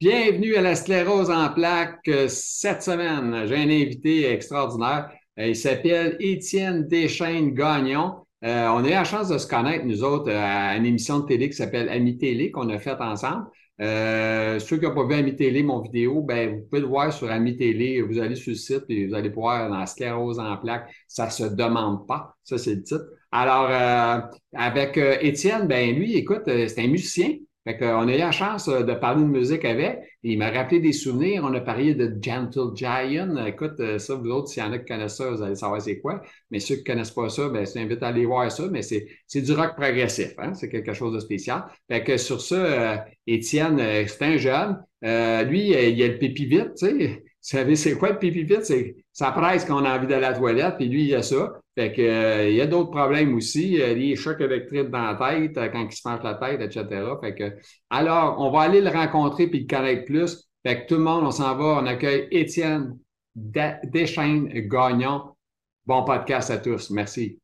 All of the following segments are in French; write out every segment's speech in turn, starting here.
Bienvenue à la sclérose en plaques. Cette semaine, j'ai un invité extraordinaire. Il s'appelle Étienne Deschênes-Gagnon. On a eu la chance de se connaître, nous autres, à une émission de télé qui s'appelle Ami Télé, qu'on a faite ensemble. Ceux qui n'ont pas vu Ami Télé, mon vidéo, ben, vous pouvez le voir sur Ami Télé. Vous allez sur le site et vous allez pouvoir dans la sclérose en plaques. Ça se demande pas. Ça, c'est le titre. Alors, avec Étienne, ben lui, écoute, c'est un musicien. Fait qu'on a eu la chance de parler de musique avec. Il m'a rappelé des souvenirs. On a parlé de Gentle Giant. Écoute, ça, vous autres, s'il y en a qui connaissent ça, vous allez savoir c'est quoi. Mais ceux qui ne connaissent pas ça, ben, je t'invite à aller voir ça. Mais c'est du rock progressif, hein? C'est quelque chose de spécial. Fait que sur ça, Étienne, c'est un jeune. Lui, il a le pipi vite, tu sais. Vous savez, c'est quoi le pipi vite? Ça presse quand on a envie d'aller à la toilette, puis lui, il a ça. Fait que, il y a d'autres problèmes aussi. Les chocs électriques dans la tête, quand il se penche la tête, etc. Fait que, alors, on va aller le rencontrer puis le connaître plus. Fait que tout le monde, on s'en va. On accueille Étienne Deschênes-Gagnon. Bon podcast à tous. Merci.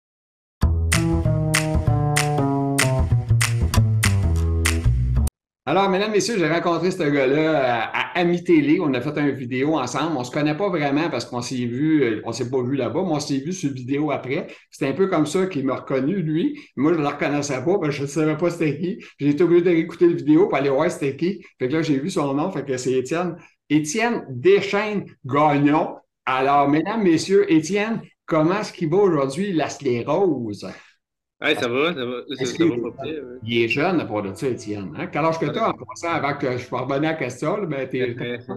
Alors, mesdames, messieurs, j'ai rencontré ce gars-là à Ami Télé. On a fait une vidéo ensemble. On se connaît pas vraiment parce qu'on s'est vu, on s'est pas vu là-bas, mais on s'est vu sur vidéo après. C'était un peu comme ça qu'il m'a reconnu, lui. Moi, je ne le reconnaissais pas parce que je ne savais pas c'était qui. J'ai été obligé de réécouter la vidéo pour aller voir c'était qui. Fait que là, j'ai vu son nom, fait que c'est Étienne. Étienne Deschênes-Gagnon. Alors, mesdames, messieurs, Étienne, comment est-ce qu'il va aujourd'hui, la sclérose? Ouais, ça va, Est-ce ça va qu'il pas pire. il est jeune pour de ça, Étienne? Hein? Quel âge que tu as en passant avant que je puisse revenir à la question? Là, ben, Ouais.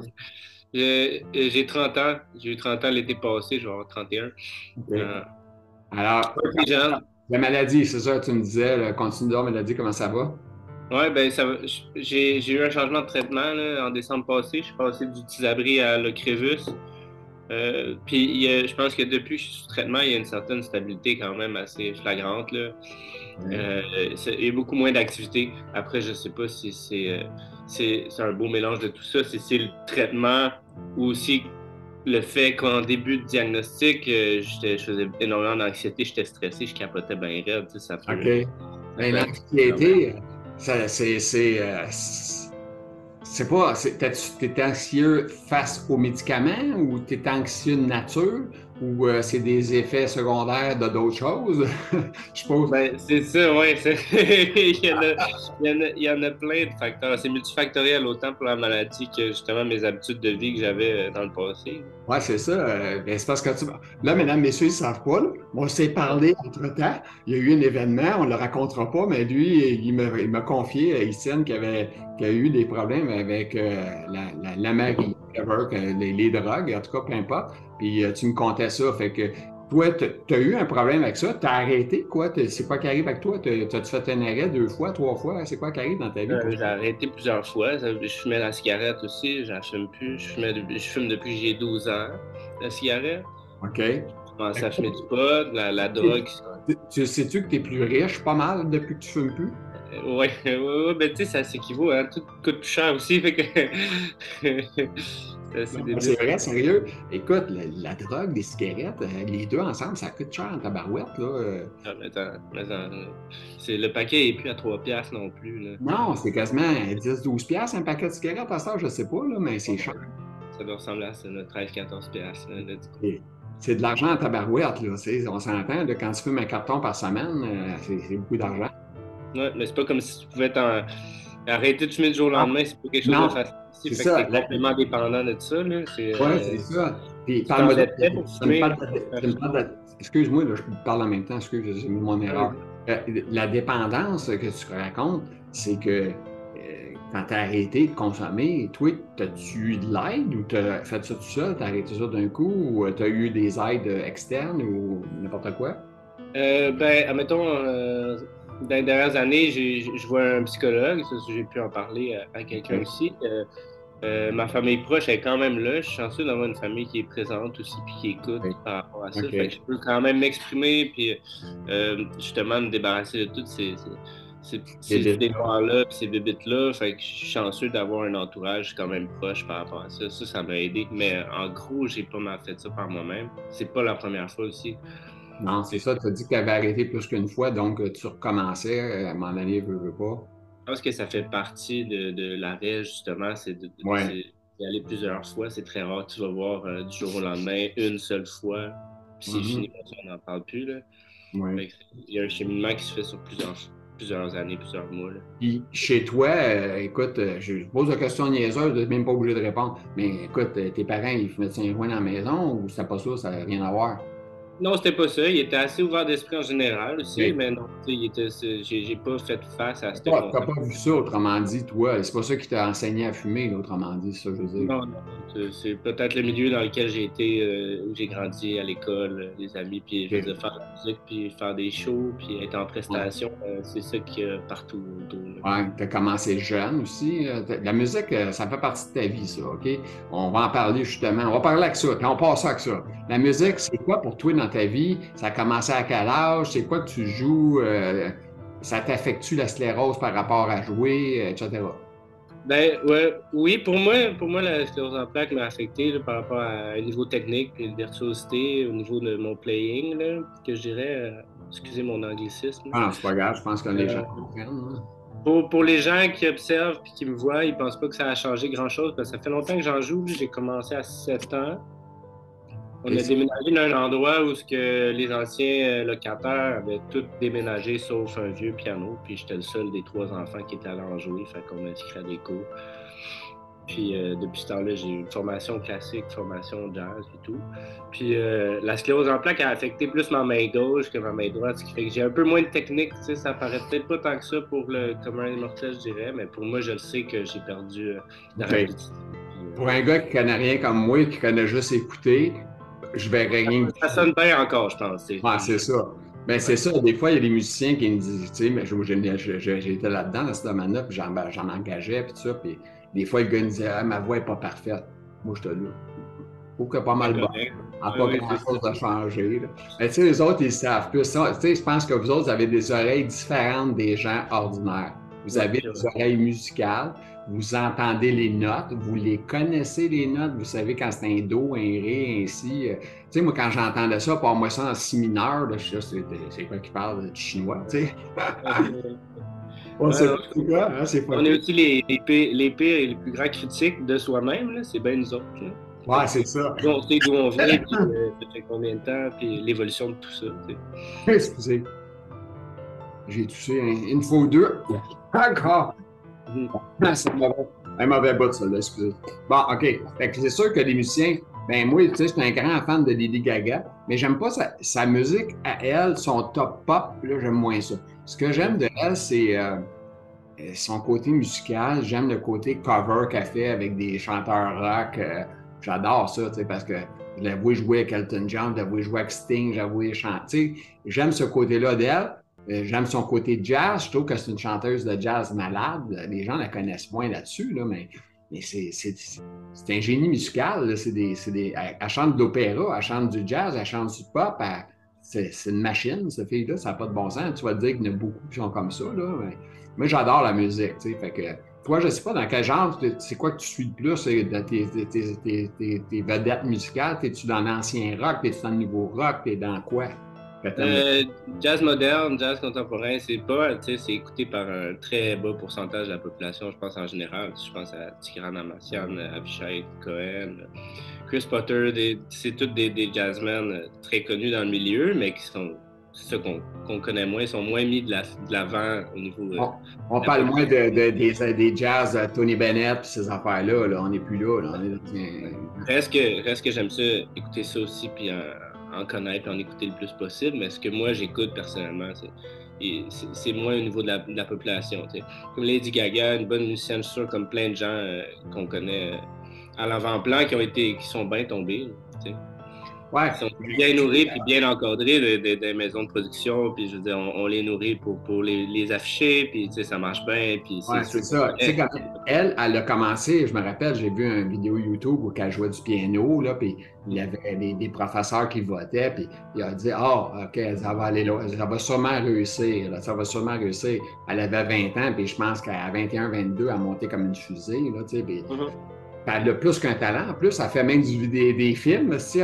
J'ai 30 ans. J'ai eu 30 ans l'été passé, je vais avoir 31. OK. Euh, Alors, ouais, c'est jeune. la maladie, c'est ça, tu me disais, le continue de la maladie, comment ça va? Ouais, ben ça va. J'ai eu un changement de traitement là, en décembre passé. Je suis passé du Tisabri à l'Ocrevus. Puis je pense que depuis que je suis sous traitement, il y a une certaine stabilité quand même assez flagrante, là. Oui. Il y a beaucoup moins d'activité. Après, je sais pas si c'est un beau mélange de tout ça. Si c'est le traitement ou aussi le fait qu'en début de diagnostic, je faisais énormément d'anxiété, j'étais stressé, je capotais bien raide. Tu sais, OK. ça Mais peut affecter quand même. l'anxiété, ça, c'est pas, t'es anxieux face aux médicaments ou t'es anxieux de nature ou c'est des effets secondaires de d'autres choses? Je suppose. Ben, c'est ça, oui. Il y en a plein de facteurs. C'est multifactoriel autant pour la maladie que justement mes habitudes de vie que j'avais dans le passé. Ouais, c'est ça. Ben, c'est parce que là, mesdames, messieurs, ils ne savent pas. Là. On s'est parlé entre-temps. Il y a eu un événement, on ne le racontera pas, mais lui, il m'a confié, Étienne, qu'il a eu des problèmes avec la Marie, whatever, les drogues, en tout cas, peu importe. Puis tu me contais ça. Fait que toi, tu as eu un problème avec ça. Tu as arrêté, quoi? C'est quoi qui arrive avec toi? T'as-tu fait un arrêt deux fois, trois fois? C'est quoi qui arrive dans ta vie pour J'ai ça? arrêté plusieurs fois. Je fumais la cigarette aussi, j'en fume plus. Je fume depuis que j'ai 12 ans, la cigarette. OK. Je commençais à fumer du pot, la drogue. Tu sais-tu que tu es plus riche pas mal depuis que tu fumes plus? Ouais, ouais, ouais, ben tu sais, ça s'équivaut, hein. Tout coûte plus cher aussi, fait que c'est assez Non, mais c'est débile. vrai, sérieux. Écoute, la drogue, les cigarettes, les deux ensemble, ça coûte cher en tabarouette, là. Ah, mais attends, le paquet est plus à 3 piastres non plus, là. Non, c'est quasiment 10-12 piastres un paquet de cigarettes à ça, je sais pas, là, mais c'est cher. Ça doit ressembler à ça, 13-14 piastres, là, du coup. C'est de l'argent en tabarouette, là. On s'entend, là, quand tu fumes un carton par semaine, c'est beaucoup d'argent. Ouais, mais c'est pas comme si tu pouvais arrêter de fumer du jour au Non, lendemain, c'est pas quelque chose de non, facile ici, c'est fait que ça. t'es complètement dépendant de ça, là. Ouais, c'est ça. Puis Tu parle-moi de. t'endettais pour Tu me fumer. parles excuse-moi, là, je parle en même temps, excuse, j'ai mis mon Ah, erreur. vas-y. La dépendance que tu racontes, c'est que quand tu as arrêté de consommer, toi, as-tu eu de l'aide ou tu as fait ça tout seul, tu as arrêté ça d'un coup ou tu as eu des aides externes ou n'importe quoi? Ben, admettons, dans les dernières années, je vois un psychologue, ça, j'ai pu en parler à quelqu'un OK. aussi. Ma famille proche est quand même là. Je suis chanceux d'avoir une famille qui est présente aussi puis qui écoute OK. par rapport à ça. Fait que OK. je peux quand même m'exprimer puis justement me débarrasser de toutes ces Des petits bêtes. déboires-là puis ces bébites-là. Fait que je suis chanceux d'avoir un entourage quand même proche par rapport à ça. Ça m'a aidé. Mais en gros, j'ai pas mal fait ça par moi-même. C'est pas la première fois aussi. Non, c'est ça, tu as dit que tu avais arrêté plus qu'une fois, donc tu recommençais à un moment donné, veux pas. pense que ça fait partie de l'arrêt, justement, Ouais. c'est d'y aller plusieurs fois. C'est très rare que tu vas voir du jour au lendemain une seule fois, puis c'est fini, Mhm. on n'en parle plus, là. Ouais. Fait que il y a un cheminement qui se fait sur plusieurs années, plusieurs mois, là. Puis chez toi, écoute, je pose la question niaiseuse, tu n'es même pas obligé de répondre. Mais écoute, tes parents, ils fumaient un joint dans la maison ou c'était pas ça n'a rien à voir? Non, c'était pas ça. Il était assez ouvert d'esprit en général aussi, OK. mais non, tu sais, j'ai pas fait face à ce T'as contact. pas vu ça, autrement dit, toi. C'est pas ça qui t'a enseigné à fumer, là, autrement dit, c'est ça, je veux dire. Non, non, c'est peut-être le milieu dans lequel j'ai été, où j'ai grandi à l'école, les amis, puis je veux OK. dire, faire de la musique, puis faire des shows, puis être en Ouais. prestation, c'est ça qui est partout autour, là. Ouais, tu as commencé jeune aussi. La musique, ça fait partie de ta vie, ça, OK? On va en parler justement. On va parler avec ça. Quand on passe avec ça. La musique, c'est quoi pour toi dans ta vie? Ça a commencé à quel âge? C'est quoi que tu joues? Ça t'affecte-tu la sclérose par rapport à jouer, etc.? Ben, ouais, oui, pour moi, la sclérose en plaques m'a affecté là, par rapport à un niveau technique puis une virtuosité au niveau de mon playing, là, que je dirais, excusez mon anglicisme. Ah, c'est pas grave, je pense que les gens Euh, comprennent, hein. pour les gens qui observent et qui me voient, ils pensent pas que ça a changé grand-chose parce que ça fait longtemps que j'en joue. J'ai commencé à 7 ans. On OK, a déménagé dans un endroit où ce que les anciens locataires avaient tous déménagé sauf un vieux piano. Puis j'étais le seul des 3 enfants qui était allé en jouer. Fait qu'on m'a inscrit à des cours. Puis depuis ce temps-là, j'ai eu une formation classique, formation jazz et tout. Puis la sclérose en plaques a affecté plus ma main gauche que ma main droite, ce qui fait que j'ai un peu moins de technique. Tu sais, ça paraît peut-être pas tant que ça pour le commun des mortels, je dirais, mais pour moi, je le sais que j'ai perdu la OK. rapidité. Puis, Pour un gars qui connaît rien comme moi, qui connaît juste écouter, je verrais rien du ça tout. sonne bien encore, je pense. Ouais, c'est ça. Ben, c'est Ouais. ça. Des fois, il y a des musiciens qui me disent, tu sais, mais j'ai été là-dedans, dans ce domaine-là, puis j'en engageais, puis tout ça. Puis des fois, le gars me disait, ah, ma voix n'est pas parfaite. Moi, je te dis, je trouve qu'elle est pas C'est mal bonne. correct. Elle n'a Oui, pas oui, c'est grand-chose ça. à changer, là. Mais tu sais, les autres, ils savent plus. Tu sais, je pense que vous autres, vous avez des oreilles différentes des gens ordinaires. Vous Ouais, avez c'est des vrai. oreilles musicales, vous entendez les notes, vous les connaissez, les notes, vous savez quand c'est un do, un ré, un si. Tu sais, moi, quand j'entendais ça, pour moi, ça en si mineur, là, je sais, c'est quoi qui parle du chinois, tu sais. Ouais, On ouais, sait non, pas c'est quoi, hein, c'est on est fucké. aussi les pires et les plus grands critiques de soi-même, là. C'est bien nous autres, là. Ouais, c'est ça. Nous, on sait d'où on vient, puis ça fait combien de temps, puis l'évolution de tout ça, tu sais. Excusez, j'ai touché une fois ou deux. Encore. Mhm. Ah, c'est un mauvais bout, ça, là, excusez. Bon, OK. Fait que c'est sûr que les musiciens, ben moi, tu sais, je suis un grand fan de Lady Gaga, mais j'aime pas sa musique à elle, son top pop, là, j'aime moins ça. Ce que j'aime de elle, c'est son côté musical. J'aime le côté cover qu'elle fait avec des chanteurs rock. J'adore ça, tu sais, parce que je la vois jouer avec Elton John, je la vois jouer avec Sting, je la vois chanter. J'aime ce côté-là d'elle. J'aime son côté jazz. Je trouve que c'est une chanteuse de jazz malade. Les gens la connaissent moins là-dessus, là, mais c'est un génie musical. Là. Elle chante de l'opéra, elle chante du jazz, elle chante du pop. C'est une machine, cette fille-là. Ça n'a pas de bon sens. Tu vas te dire qu'il y en a beaucoup qui sont comme ça. Là, mais moi, j'adore la musique. Tu sais, fait que, toi, je ne sais pas dans quel genre, c'est quoi que tu suis le plus dans tes vedettes musicales? Es-tu dans l'ancien rock? Es-tu dans le nouveau rock? T'es dans quoi? Euh, Jazz moderne, jazz contemporain, c'est pas, tu sais, c'est écouté par un très bas pourcentage de la population, je pense en général. Je pense à Tigran Amassian, Avishai Cohen, Chris Potter, c'est tous des jazzmen très connus dans le milieu, mais qui sont, c'est ça qu'on connaît moins, ils sont moins mis de l'avant au niveau On de la parle moins population. des jazz Tony Bennett et ces affaires-là. Là. On n'est plus là. Là. On est Reste que j'aime ça, écouter ça aussi, puis en connaître, puis en écouter le plus possible. Mais ce que moi, j'écoute personnellement, c'est moins au niveau de la population. T'sais. Comme Lady Gaga, une bonne musicienne, je suis sûr, comme plein de gens qu'on connaît à l'avant-plan qui sont bien tombés. T'sais. ouais. Ils sont bien nourris puis bien encadrés des maisons de production. Puis je veux dire, on les nourrit pour les afficher. Puis ça marche bien. Puis Ouais, c'est c'est sûr. ça. Tu sais, quand elle a commencé, je me rappelle, j'ai vu une vidéo YouTube où elle jouait du piano, là, puis il y avait des professeurs qui votaient, puis il a dit, ah, OK, ça va aller là, ça va sûrement réussir, là, ça va sûrement réussir. Elle avait 20 ans, puis je pense qu'à 21, 22, elle montait comme une fusée, là, tu sais, puis elle a plus qu'un talent. En plus, elle fait même des films. Tu sais,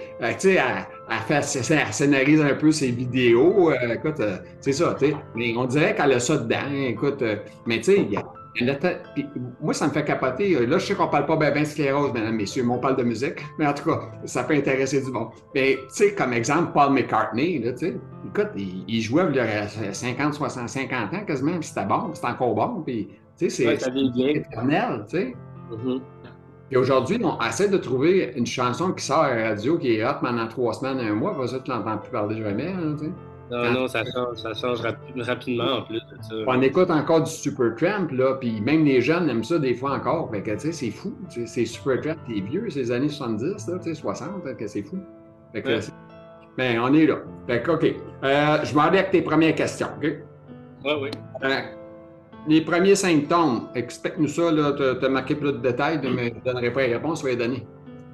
elle scénarise un peu ses vidéos. Écoute, c'est ça. Tu sais, mais on dirait qu'elle a ça dedans. Écoute, mais tu sais, puis moi, ça me fait capoter. Là, je sais qu'on parle pas bien de sclérose, mesdames, messieurs, mais on parle de musique. Mais en tout cas, ça peut intéresser du monde. Mais tu sais, comme exemple, Paul McCartney, là, tu sais, écoute, il jouait il y a 50, 60, 50 ans quasiment, puis c'était bon, c'était encore bon. Puis, tu sais, c'est éternel, tu sais. Mm-hmm. Et aujourd'hui, on essaie de trouver une chanson qui sort à la radio, qui est hot pendant 3 semaines, 1 mois, après ça, tu l'entends plus parler jamais. Hein, tu sais. Non, ça change rapidement en plus de ça. On écoute encore du Supertramp, là, puis même les jeunes aiment ça des fois encore. Fait que, tu sais, c'est fou. C'est Supertramp, c'est vieux, c'est les années 70, là, tu sais, 60, que c'est fou. Fait que, ben, on est là. Fait que, OK. Je vais aller avec tes premières questions, OK? Oui. Les premiers symptômes, explique-nous ça, tu as marqué plus de détails, mais je ne donnerai pas les réponses, soyez donné.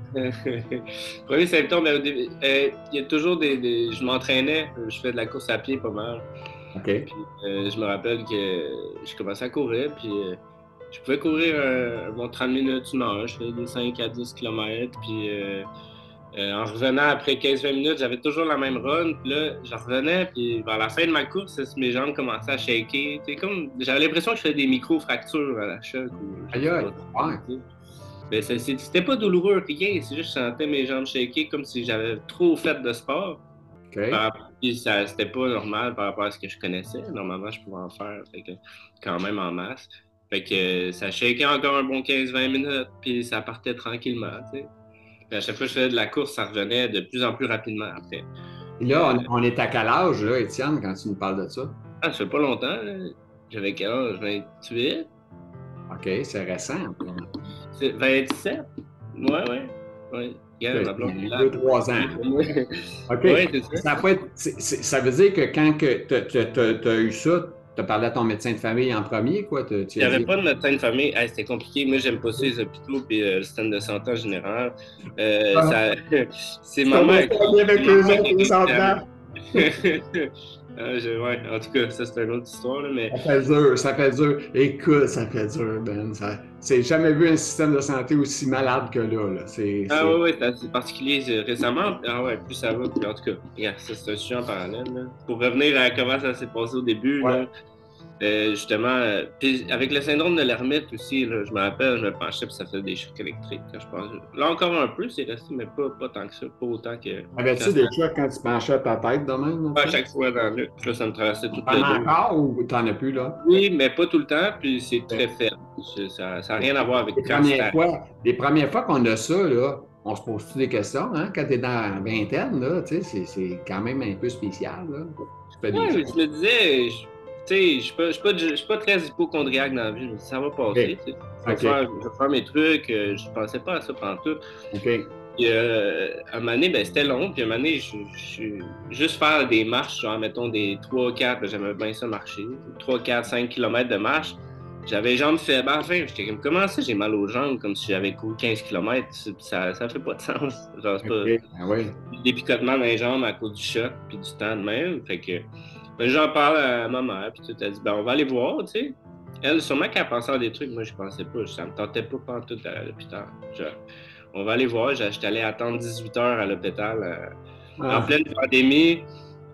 Premier symptôme, il y a toujours je m'entraînais, je fais de la course à pied pas mal. OK. Puis, je me rappelle que je commençais à courir, puis je pouvais courir un bon 30 minutes, 1 heure, je faisais des 5 à 10 km, puis en revenant après 15-20 minutes, j'avais toujours la même run, puis là, j'en revenais, puis vers la fin de ma course, mes jambes commençaient à shaker, j'avais l'impression que je faisais des micro-fractures à la choc. Aïe, ouais. Mais c'était pas douloureux, rien. C'est juste que je sentais mes jambes shaker comme si j'avais trop fait de sport. Okay. Puis c'était pas normal par rapport à ce que je connaissais. Normalement, je pouvais en faire quand même en masse. Fait que ça shakait encore un bon 15-20 minutes, puis ça partait tranquillement. T'sais. Puis à chaque fois que je faisais de la course, ça revenait de plus en plus rapidement après. Et là, on est à quel âge, là, Étienne, quand tu nous parles de ça? Ah, ça fait pas longtemps. Là. J'avais quel âge? 28? OK, c'est récent. C'est 27? Ouais. Regarde, ma blonde. 2-3 ans. OK. Ouais, c'est ça. Ça veut dire que quand tu as eu ça, tu as parlé à ton médecin de famille en premier, quoi? Il n'y avait pas de médecin de famille. Hey, c'était compliqué. Moi, j'aime pas ça, les hôpitaux et le système de santé en général. C'est ma mère. Ouais, en tout cas, ça, c'est une autre histoire. Là, mais... Ça fait dur. Écoute, ça fait dur, Ben. J'ai jamais vu un système de santé aussi malade que là. Oui, c'est assez particulier récemment. Ah ouais, plus ça va. Puis en tout cas, regarde, ça, c'est un sujet en parallèle. Là. Pour revenir à comment ça s'est passé au début, là, justement, puis avec le syndrome de l'ermite aussi, là, je me rappelle, je me penchais puis ça faisait des chocs électriques quand je pensais. Là encore un peu, c'est resté, mais pas tant que ça, pas autant que. Avais-tu des chocs quand tu penchais ta tête de même? Pas à chaque fois dans le là, ça me traversait tout le temps. Encore ou t'en as plus là? Oui, mais pas tout le temps, puis c'est très faible. Ça n'a rien à voir avec les premières fois qu'on a ça, là, on se pose-tu des questions, hein? Quand tu es dans la vingtaine, là, c'est quand même un peu spécial. Là. Je me disais. Tu sais, je suis pas très hypochondriaque dans la vie. Ça va passer. Okay. Je vais faire mes trucs. Je pensais pas à ça pendant tout. Okay. Puis, un moment donné, c'était long. Puis, un moment donné, juste faire des marches, genre, mettons, des 3-4, j'aimais bien ça marcher. 3-4-5 km de marche. J'avais les jambes faibles. Enfin, j'étais comme, comment ça, j'ai mal aux jambes, comme si j'avais couru 15 km. Ça fait pas de sens. Genre, c'est pas des picotements dans les jambes à cause du choc, puis du temps de même. Fait que. J'en parle à ma mère, puis tout, elle dit, on va aller voir, tu sais. Elle, sûrement qu'elle pensait à des trucs, moi, je pensais pas. Ça me tentait pas tout à l'hôpital. On va aller voir, j'étais allé attendre 18 heures à l'hôpital en pleine pandémie.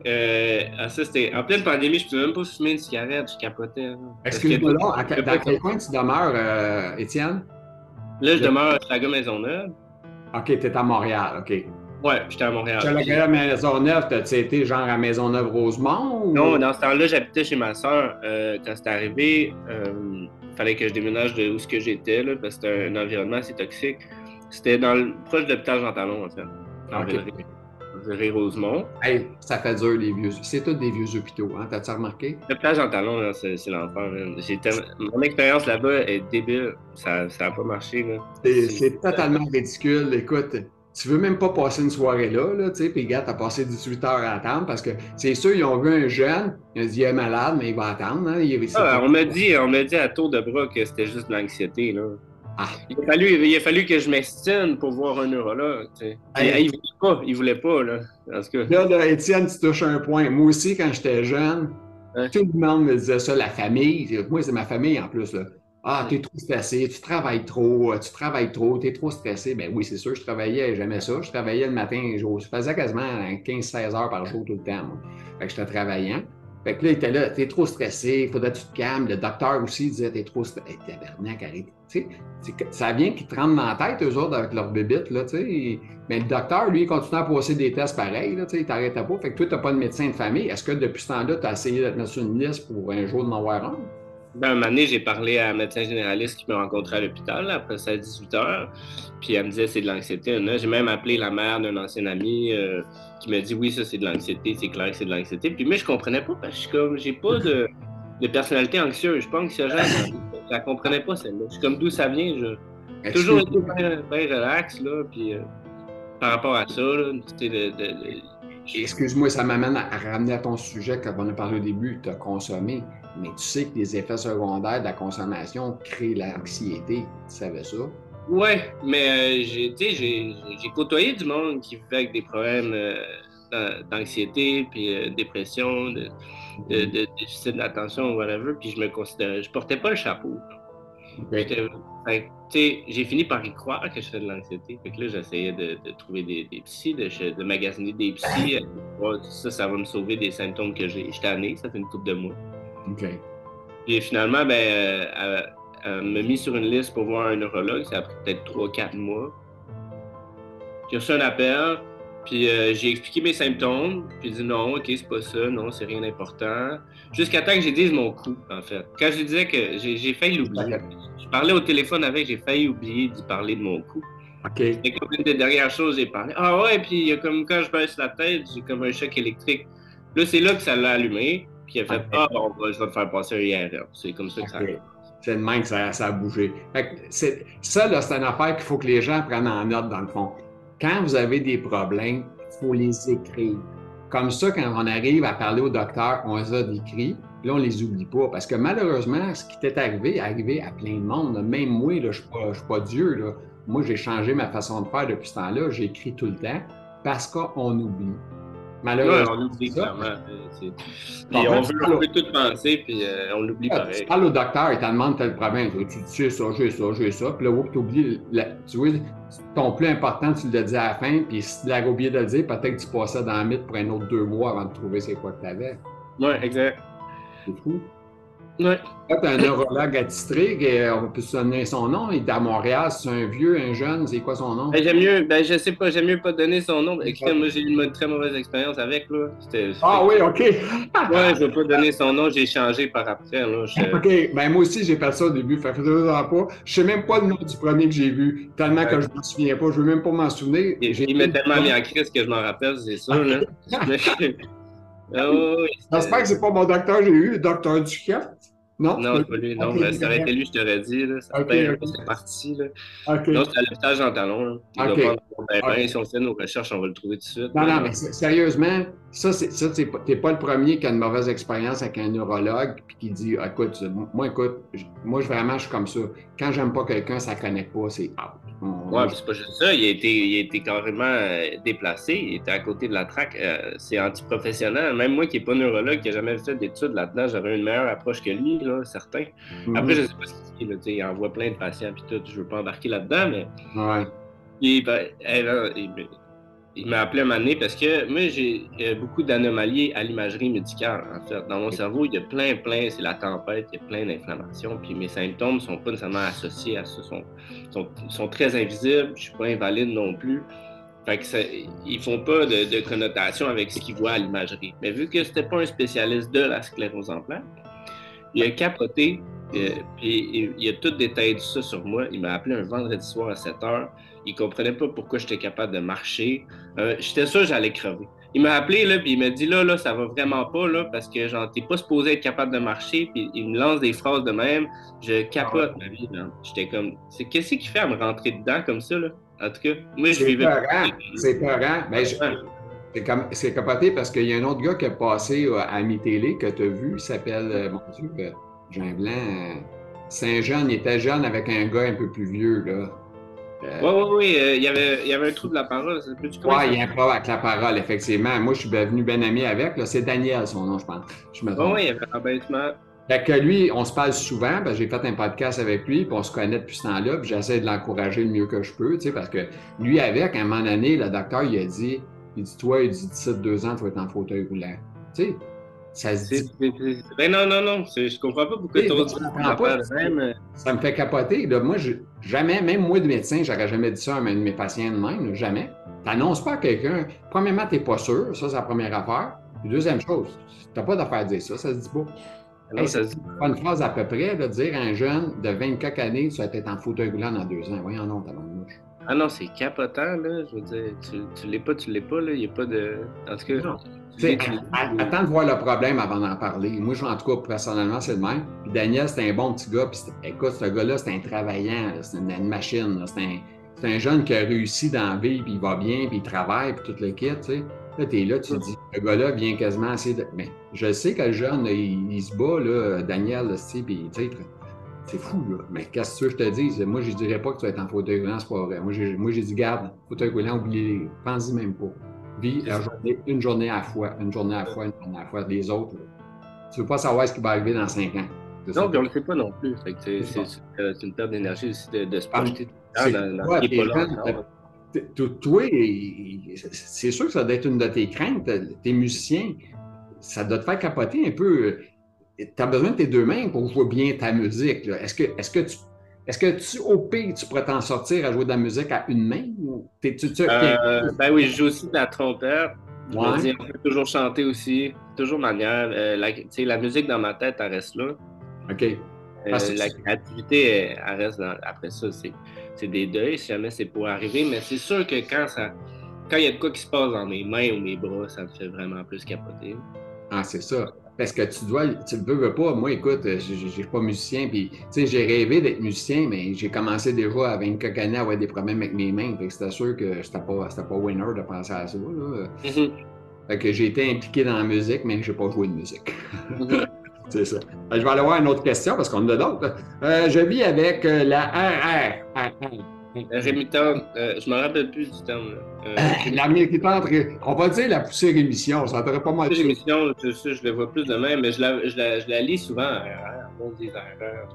C'était en pleine pandémie, je ne pouvais même pas fumer une cigarette, je capotais. Excuse-moi, dans quel coin tu demeures, Étienne? Là, je demeure à Schlager-Maisonneuve. OK, tu es à Montréal, OK. Ouais, j'étais à Montréal. À Maisonneuve, t'as-tu été genre à Maisonneuve-Rosemont? Ou... Non, dans ce temps-là, j'habitais chez ma soeur. Quand c'était arrivé, il fallait que je déménage de où j'étais, là, parce que c'était un environnement assez toxique. C'était proche de l'hôpital Jean-Talon, en fait. En Rosemont. Hey, ça fait dur, les vieux. C'est tous des vieux hôpitaux, hein? T'as-tu remarqué? L'hôpital Jean-Talon, c'est l'enfer. Mon expérience là-bas est débile. Ça n'a pas marché. C'est totalement ridicule. Écoute, tu veux même pas passer une soirée là, tu sais, puis gars, t'as passé 18 heures à attendre parce que c'est sûr, ils ont vu un jeune, ils ont dit, il est malade, mais il va attendre. Hein? On m'a dit à tour de bras que c'était juste de l'anxiété, là. Ah. Il a fallu que je m'estime pour voir un neurologue, tu sais. Hey. Il voulait pas, là. Parce que... Là, Étienne, tu touches un point. Moi aussi, quand j'étais jeune, tout le monde me disait ça, la famille. Moi, c'est ma famille, en plus, là. Ah, tu es trop stressé, tu travailles trop, tu es trop stressé. Ben oui, c'est sûr, je travaillais, j'aimais ça. Je travaillais le matin, je faisais quasiment 15-16 heures par jour tout le temps, moi. Fait que j'étais travaillant. Fait que là, il était là, t'es trop stressé, il faudrait que tu te calmes. Le docteur aussi disait, t'es trop stressé. Hey, tabarnak, arrête. Tu sais, ça vient qu'ils te rentrent dans la tête, eux autres, avec leur bébite, là, tu sais. Mais le docteur, lui, il continue à passer des tests pareils, là, tu sais, il t'arrêtait pas. Fait que toi, t'as pas de médecin de famille. Est-ce que depuis ce temps-là, tu as essayé de te mettre sur une liste pour un jour d'en avoir un? Ben, un moment donné, j'ai parlé à un médecin généraliste qui me rencontrait à l'hôpital, après ça, à 18 heures. Puis elle me disait c'est de l'anxiété. J'ai même appelé la mère d'un ancien ami qui m'a dit oui, ça c'est de l'anxiété, c'est clair que c'est de l'anxiété. Puis moi, je comprenais pas parce que je suis comme, j'ai pas de personnalité anxieuse, je suis pas anxiogène. Je la comprenais pas celle-là. Je suis comme d'où ça vient. J'ai toujours été bien relax, là. Puis par rapport à ça, là, tu sais, Excuse-moi, ça m'amène à ramener à ton sujet quand on a parlé au début, tu as consommé, mais tu sais que les effets secondaires de la consommation créent l'anxiété. Tu savais ça? Ouais, mais j'ai côtoyé du monde qui vivait avec des problèmes d'anxiété, puis dépression, de déficit d'attention, whatever, puis je portais pas le chapeau. Okay. J'ai fini par y croire que je faisais de l'anxiété. Fait que là, j'essayais de trouver des psys, de magasiner des psys. Ça va me sauver des symptômes que j'ai. J'étais tanné, ça fait une couple de mois. Okay. Puis finalement, elle m'a mis sur une liste pour voir un neurologue. Ça a pris peut-être 3-4 mois. J'ai reçu un appel, puis j'ai expliqué mes symptômes, puis il dit non, ok, c'est pas ça, non, c'est rien d'important. Jusqu'à temps que j'ai dit mon coup, en fait. Quand je disais que j'ai failli l'oublier. Je parlais au téléphone avec, j'ai failli oublier d'y parler de mon coup. Okay. C'était comme une des dernières choses que j'ai parlé. Ah ouais, puis comme quand je baisse la tête, j'ai comme un choc électrique. Là, c'est là que ça l'a allumé, puis il a fait ah bon, je vais te faire passer un IRM. C'est comme ça que ça arrive. C'est de même que ça a bougé. Ça, là, c'est une affaire qu'il faut que les gens prennent en note, dans le fond. Quand vous avez des problèmes, il faut les écrire. Comme ça, quand on arrive à parler au docteur, on les a décrits, puis là, on ne les oublie pas. Parce que malheureusement, ce qui t'est arrivé est arrivé à plein de monde. Même moi, là, je ne suis pas Dieu. Là. Moi, j'ai changé ma façon de faire depuis ce temps-là. J'écris tout le temps parce qu'on oublie. Malheureusement. Ouais, on oublie clairement. Puis on veut tout penser, puis on l'oublie pareil. Tu parles au docteur, il te demande tel problème. Tu sais ça, j'ai ça, j'ai ça. Puis là, tu oublies, tu vois, ton plus important, tu le dis à la fin. Puis si tu l'avais oublié de le dire, peut-être que tu passais dans le mythe pour un autre 2 mois avant de trouver c'est quoi que tu avais. Oui, exact. C'est fou. Ouais. Là, tu as un neurologue attitré, on peut se donner son nom. Il est à Montréal, c'est un vieux, un jeune, c'est quoi son nom? Je sais pas, j'aime mieux pas donner son nom. Écoutez, moi, j'ai eu une très mauvaise expérience avec, là. Oui, OK. Ouais, je veux pas donner son nom, j'ai changé par après, là. OK, ben moi aussi, j'ai fait ça au début, fait que pas. Je sais même pas le nom du premier que j'ai vu, tellement que je m'en souviens pas, je veux même pas m'en souvenir. Il m'est tellement mis en crise que je m'en rappelle, c'est ça, là. J'espère que c'est pas mon docteur, j'ai eu le docteur Duquette. Non, non, c'est pas lui. Non, okay, ça aurait été lui, je t'aurais dit. Là. Ça c'est parti. Là. Okay. Non, c'est à l'hôpital Jean Talon. Là. Il doit prendre si on fait nos recherches, on va le trouver tout de suite. Non, mais sérieusement, t'es pas le premier qui a une mauvaise expérience avec un neurologue puis qui dit écoute, moi, vraiment, je suis comme ça. Quand j'aime pas quelqu'un, ça connecte pas, c'est out. Ouais, puis c'est pas juste ça. Il a été carrément déplacé. Il était à côté de la traque. C'est antiprofessionnel. Même moi qui n'ai pas neurologue, qui n'a jamais fait d'études là-dedans, j'aurais une meilleure approche que lui, là, certain. Après, je sais pas ce qu'il dit. Il envoie plein de patients puis tout. Je veux pas embarquer là-dedans, mais. Ouais. Il m'a appelé un moment donné parce que moi, j'ai beaucoup d'anomalies à l'imagerie médicale, en fait. Dans mon cerveau, il y a plein, c'est la tempête, il y a plein d'inflammations, puis mes symptômes ne sont pas nécessairement associés à ça, sont très invisibles, je ne suis pas invalide non plus. Fait que ils font pas de connotation avec ce qu'ils voient à l'imagerie. Mais vu que c'était pas un spécialiste de la sclérose en plaques, il a capoté, puis il a tout détaillé ça sur moi. Il m'a appelé un vendredi soir à 7 heures. Il comprenait pas pourquoi j'étais capable de marcher. J'étais sûr que j'allais crever. Il m'a appelé, là, puis il m'a dit, là, ça va vraiment pas, là, parce que, genre, t'es pas supposé être capable de marcher, puis il me lance des phrases de même. Je capote ma vie, là. J'étais comme, qu'est-ce qui fait à me rentrer dedans comme ça, là? En tout cas, moi, je vivais... C'est peurant. Ben, c'est capoté parce qu'il y a un autre gars qui est passé à mi-télé que tu as vu, il s'appelle, mon Dieu, j'ai un blanc, Saint-Jean, il était jeune avec un gars un peu plus vieux, là. Oui, il y avait un trou de la parole. Oui, il y a un problème avec la parole, effectivement. Moi, je suis devenu bien ami avec. Là, c'est Daniel, son nom, je pense. Oui, il y avait un abaissement. Fait que lui, on se parle souvent, parce que j'ai fait un podcast avec lui, puis on se connaît depuis ce temps-là, puis j'essaie de l'encourager le mieux que je peux, tu sais, parce que lui, avec, à un moment donné, le docteur, il dit, toi, il dit, d'ici 2 ans, tu vas être en fauteuil roulant. Tu sais, ça se dit. Ben non, non, non, je comprends pas pourquoi tu oses Je dire des comprends pas. affaires de même. Ça me fait capoter. Là. Moi, jamais, même moi de médecin, j'aurais jamais dit ça à un de mes patients de même, là, jamais. Tu n'annonces pas à quelqu'un. Premièrement, tu n'es pas sûr, ça, c'est la première affaire. Puis deuxième chose, tu n'as pas d'affaire à dire ça, ça se dit pas. Hey, Non, c'est ça se dit pas une phrase à peu près, de dire à un jeune de 24 années, tu vas être en fauteuil roulant dans 2 ans. Voyons non, t'as mouche. Ah non, c'est capotant, là. Je veux dire, tu l'es pas, là. Il n'y a pas de. En tout cas, Non. tu l'es, Attends de voir le problème avant d'en parler. Moi, en tout cas, personnellement, c'est le même. Puis Daniel, c'était un bon petit gars. Puis écoute, ce gars-là, c'est un travaillant. C'est une machine. C'est un jeune qui a réussi dans la vie, puis il va bien, puis il travaille, puis tout le kit, tu sais. Là, t'es là, tu te dis, ce gars-là vient quasiment essayer de. Mais je sais que le jeune, là, il se bat, là, Daniel, là, puis tu sais, c'est fou, là. Mais qu'est-ce que je te dis? Moi, je ne dirais pas que tu vas être en fauteuil roulant, c'est pas vrai. Moi, j'ai dit, garde, fauteuil roulant, oublie, pense-y même pas. Vis une journée à la fois, une journée à la fois, une journée à la fois. Les autres, là, tu ne veux pas savoir ce qui va arriver dans 5 ans. non, puis on ne le sait pas non plus. Fait que c'est une perte d'énergie aussi de se projeter tout le temps dans ce qui n'est pas là encore. Toi, c'est sûr que ça doit être une de tes craintes. Tes musiciens, ça doit te faire capoter un peu. Tu as besoin de tes 2 mains pour jouer bien ta musique. Est-ce que au pire, tu pourrais t'en sortir à jouer de la musique à une main? Ben oui, je joue aussi de la trompette. Je me dis, Ouais. on peut toujours chanter aussi. Toujours manière. La musique dans ma tête, elle reste là. OK. La créativité, elle reste après ça. C'est des deuils, si jamais c'est pour arriver. Mais c'est sûr que quand il y a de quoi qui se passe dans mes mains ou mes bras, ça me fait vraiment plus capoter. Ah, c'est ça. Parce que tu ne veux pas. Moi, écoute, je ne suis pas musicien, puis, tu sais, j'ai rêvé d'être musicien, mais j'ai commencé déjà à 24 années à avoir des problèmes avec mes mains. Fait que c'était sûr que c'était pas winner de penser à ça, là. Fait que j'ai été impliqué dans la musique, mais je n'ai pas joué de musique. C'est ça. Je vais aller voir une autre question parce qu'on en a d'autres. Je vis avec la RR. Rémitante, je me rappelle plus du terme. La méritante, on va dire la poussée rémission, ça devrait pas mal. Rémission, je le vois plus de même, mais je la lis souvent. On dit erreur.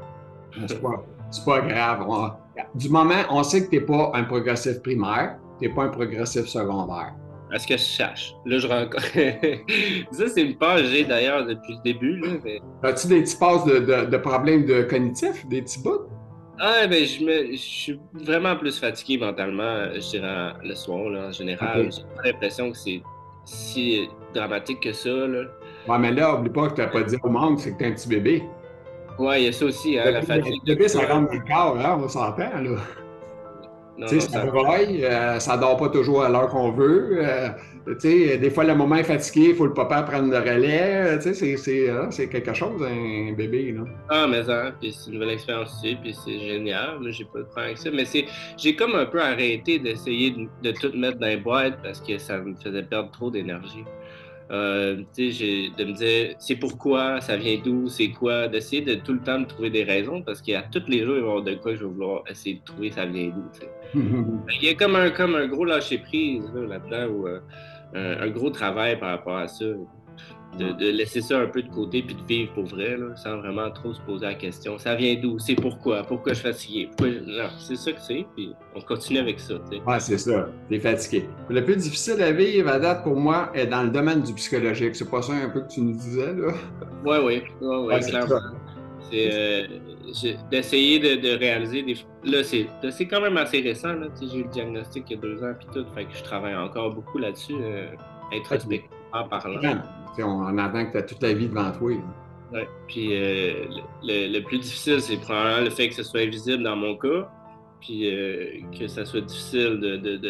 C'est pas grave. Du moment, on sait que tu n'es pas un progressif primaire, tu n'es pas un progressif secondaire. Est-ce que je cherche? Là, je rencontre. Ça, c'est une page que j'ai d'ailleurs depuis le début. Là, mais... As-tu des petits passes de problèmes de cognitifs, des petits bouts? Ah, ben, je suis vraiment plus fatigué mentalement, je dirais, le soir, là, en général. Okay. J'ai pas l'impression que c'est si dramatique que ça, là. Ouais, mais là, oublie pas que tu n'as pas dit au monde, c'est que tu es un petit bébé. Ouais, il y a ça aussi, hein, la fatigue. Le bébé, ça rentre dans le corps, hein, on s'entend, là. Tu sais, ça broye, ça dort pas toujours à l'heure qu'on veut. Tu sais, des fois, le moment est fatigué, il faut le papa prendre le relais. Tu sais, c'est quelque chose, un bébé, là. Ah, mais ça, puis c'est une nouvelle expérience aussi, puis c'est génial. Moi, j'ai pas de problème avec ça. Mais j'ai comme un peu arrêté d'essayer de tout mettre dans les boîtes parce que ça me faisait perdre trop d'énergie. Tu sais, de me dire, c'est pourquoi, ça vient d'où, c'est quoi, d'essayer de tout le temps de trouver des raisons parce qu'à tous les jours, il va y avoir de quoi je vais vouloir essayer de trouver ça vient d'où, tu sais. Il y a comme un gros lâcher-prise là-dedans ou un gros travail par rapport à ça. De laisser ça un peu de côté puis de vivre pour vrai, là, sans vraiment trop se poser la question. Ça vient d'où? C'est pourquoi? Pourquoi je suis fatigué? Non, c'est ça que c'est, puis on continue avec ça. T'sais. Ouais, c'est ça. T'es fatigué. Le plus difficile à vivre à date pour moi est dans le domaine du psychologique. C'est pas ça un peu que tu nous disais, là? Oui, clairement. C'est d'essayer de réaliser des. Là, c'est quand même assez récent. Là. J'ai eu le diagnostic il y a 2 ans, puis tout. Fait que je travaille encore beaucoup là-dessus, introspectivement parlant. On entend que tu as toute la vie devant toi. Oui. Puis le plus difficile, c'est probablement le fait que ce soit invisible dans mon cas, puis que ça soit difficile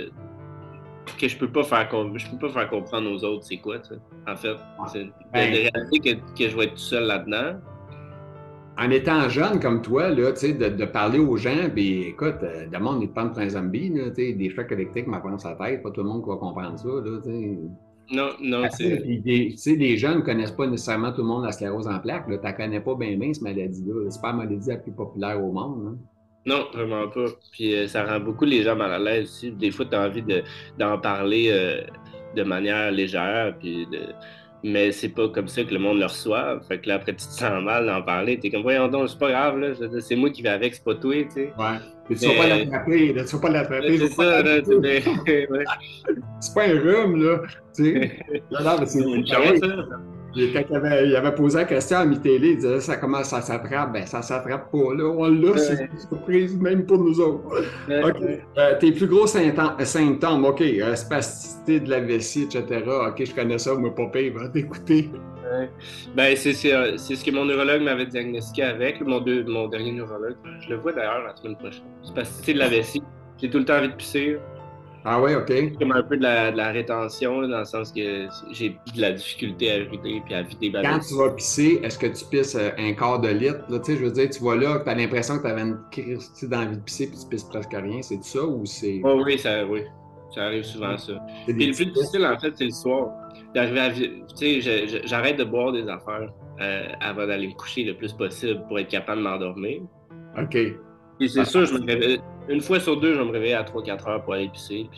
que je peux pas faire comprendre aux autres c'est quoi, tu sais. En fait, c'est de réaliser que je vais être tout seul là-dedans. En étant jeune comme toi, là, de parler aux gens, puis écoute, le monde, il te prend pour un zombie, là, des chocs électriques m'apprennent sa tête, pas tout le monde qui va comprendre ça. Là, non, c'est. Les jeunes ne connaissent pas nécessairement tout le monde la sclérose en plaques. Tu ne connais pas bien cette maladie-là. C'est pas la maladie la plus populaire au monde. Hein. Non, vraiment pas. Puis ça rend beaucoup les gens mal à l'aise aussi. Des fois, tu as envie d'en parler de manière légère, puis mais c'est pas comme ça que le monde le reçoit. Fait que là, après, tu te sens mal d'en parler. T'es comme, voyons donc, c'est pas grave, là. C'est moi qui vais avec, c'est pas toi, tu sais. Ouais. Mais tu vas pas Mais l'attraper, là. Tu vas pas l'attraper. Je c'est vais pas ça, là. Ouais. c'est pas un rhume, là. Tu sais. Non, non, mais c'est C'est une chance, pareil. ça. Quand il avait posé la question à mi-télé, il disait ça commence, ça s'attrape. Ben, ça s'attrape pas, là. On l'a, c'est Ouais, une surprise, même pour nous autres. ouais, OK. ouais. Tes plus gros symptômes, OK. Spasticité de la vessie, etc. OK, je connais ça, moi, pas pire, va t'écouter. Ouais. Ben, c'est ce que mon neurologue m'avait diagnostiqué avec, mon dernier neurologue. Je le vois d'ailleurs la semaine prochaine. C'est parce que c'est de la vessie. J'ai tout le temps envie de pisser. Ah ouais, OK. Comme un peu de la rétention, là, dans le sens que j'ai de la difficulté à uriner puis à vider ma Quand tu vessie. vas pisser, est-ce que tu pisses un quart de litre? Là, tu sais, je veux dire, tu vas là, tu as l'impression que tu avais une crise d'envie de pisser puis tu pisses presque rien. C'est ça ou c'est Oh, oui, ça arrive souvent, ça. des Puis le petits plus difficile, en fait, c'est le soir. D'arriver à. Tu sais, j'arrête de boire des affaires avant d'aller me coucher le plus possible pour être capable de m'endormir. OK. Et c'est sûr, je me réveille. Une fois sur deux, je vais me réveiller à 3-4 heures pour aller pisser.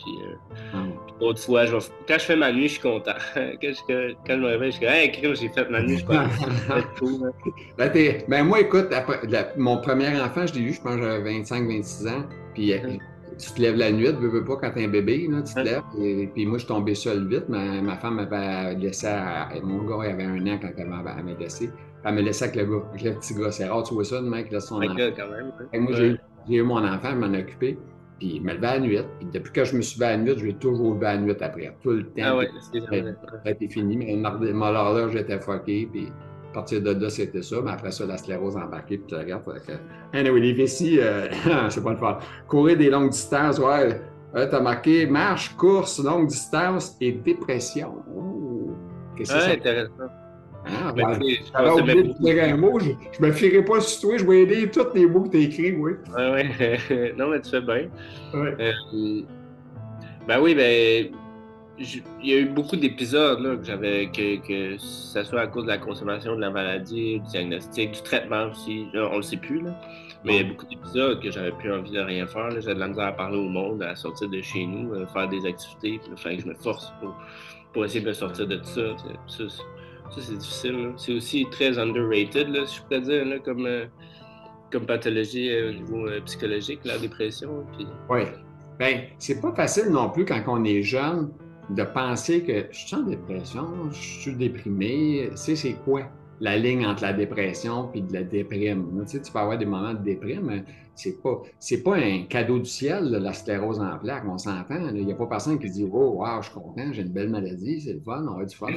Puis d'autres fois, quand je fais ma nuit, je suis content. Quand je me réveille, je suis comme, hey, crime, j'ai fait ma nuit, je suis pas. C'est cool, hein. Ben, moi, écoute, mon premier enfant, je l'ai eu, je pense que j'avais 25-26 ans. Puis tu te lèves la nuit, tu veux pas quand t'es un bébé, là, tu te lèves. Et puis moi, je suis tombé seul vite. Ma femme m'avait laissé mon gars, il avait 1 an quand elle m'a laissé. Elle me laissé avec le petit gars. C'est rare, tu vois ça, le mec laisse son My enfant. God, quand même. Et moi, Ouais. j'ai eu mon enfant, je m'en ai occupé. Puis il me levait à la nuit. Puis depuis que je me suis levé à la nuit, je vais toujours lever à la nuit après. Tout le temps. Ah ouais, Puis c'est vrai. ça a été fini. Mais mon horloge était fucké. Puis à partir de là, c'était ça. Mais après ça, la sclérose embarquée. Puis tu regardes. Anyway, les vessies, c'est pas le fun. Courir des longues distances, ouais. T'as marqué marche, course, longue distance et dépression. Oh, qu'est-ce que c'est Ouais, ça? intéressant. Ah, Mais ouais. tu sais, je J'avais pensais oublié même de dire un mot. Je me fierai pas sur toi. Je vais aider tous les mots que tu as écrits, oui. Ouais, ouais. Non, mais tu fais bien. Ouais. Ben oui, ben, il y a eu beaucoup d'épisodes là, que ça soit à cause de la consommation de la maladie, du diagnostic, du traitement aussi. Là, on le sait plus, là. Mais il y a beaucoup d'épisodes que j'avais plus envie de rien faire. J'avais de la misère à parler au monde, à sortir de chez nous, faire des activités. Puis il fallait que je me force pour essayer de me sortir de ça. Ça, c'est difficile, là. C'est aussi très underrated, là, si je pourrais dire, là, comme pathologie au niveau psychologique, la dépression. Puis... Oui. Bien, c'est pas facile non plus quand on est jeune de penser que je suis en dépression, je suis déprimé. Tu sais, c'est quoi la ligne entre la dépression et de la déprime? Tu sais, tu peux avoir des moments de déprime, mais c'est pas un cadeau du ciel, là, la sclérose en plaques, on s'entend. Il n'y a pas personne qui dit oh, wow, je suis content, j'ai une belle maladie, c'est le fun, on a du fun.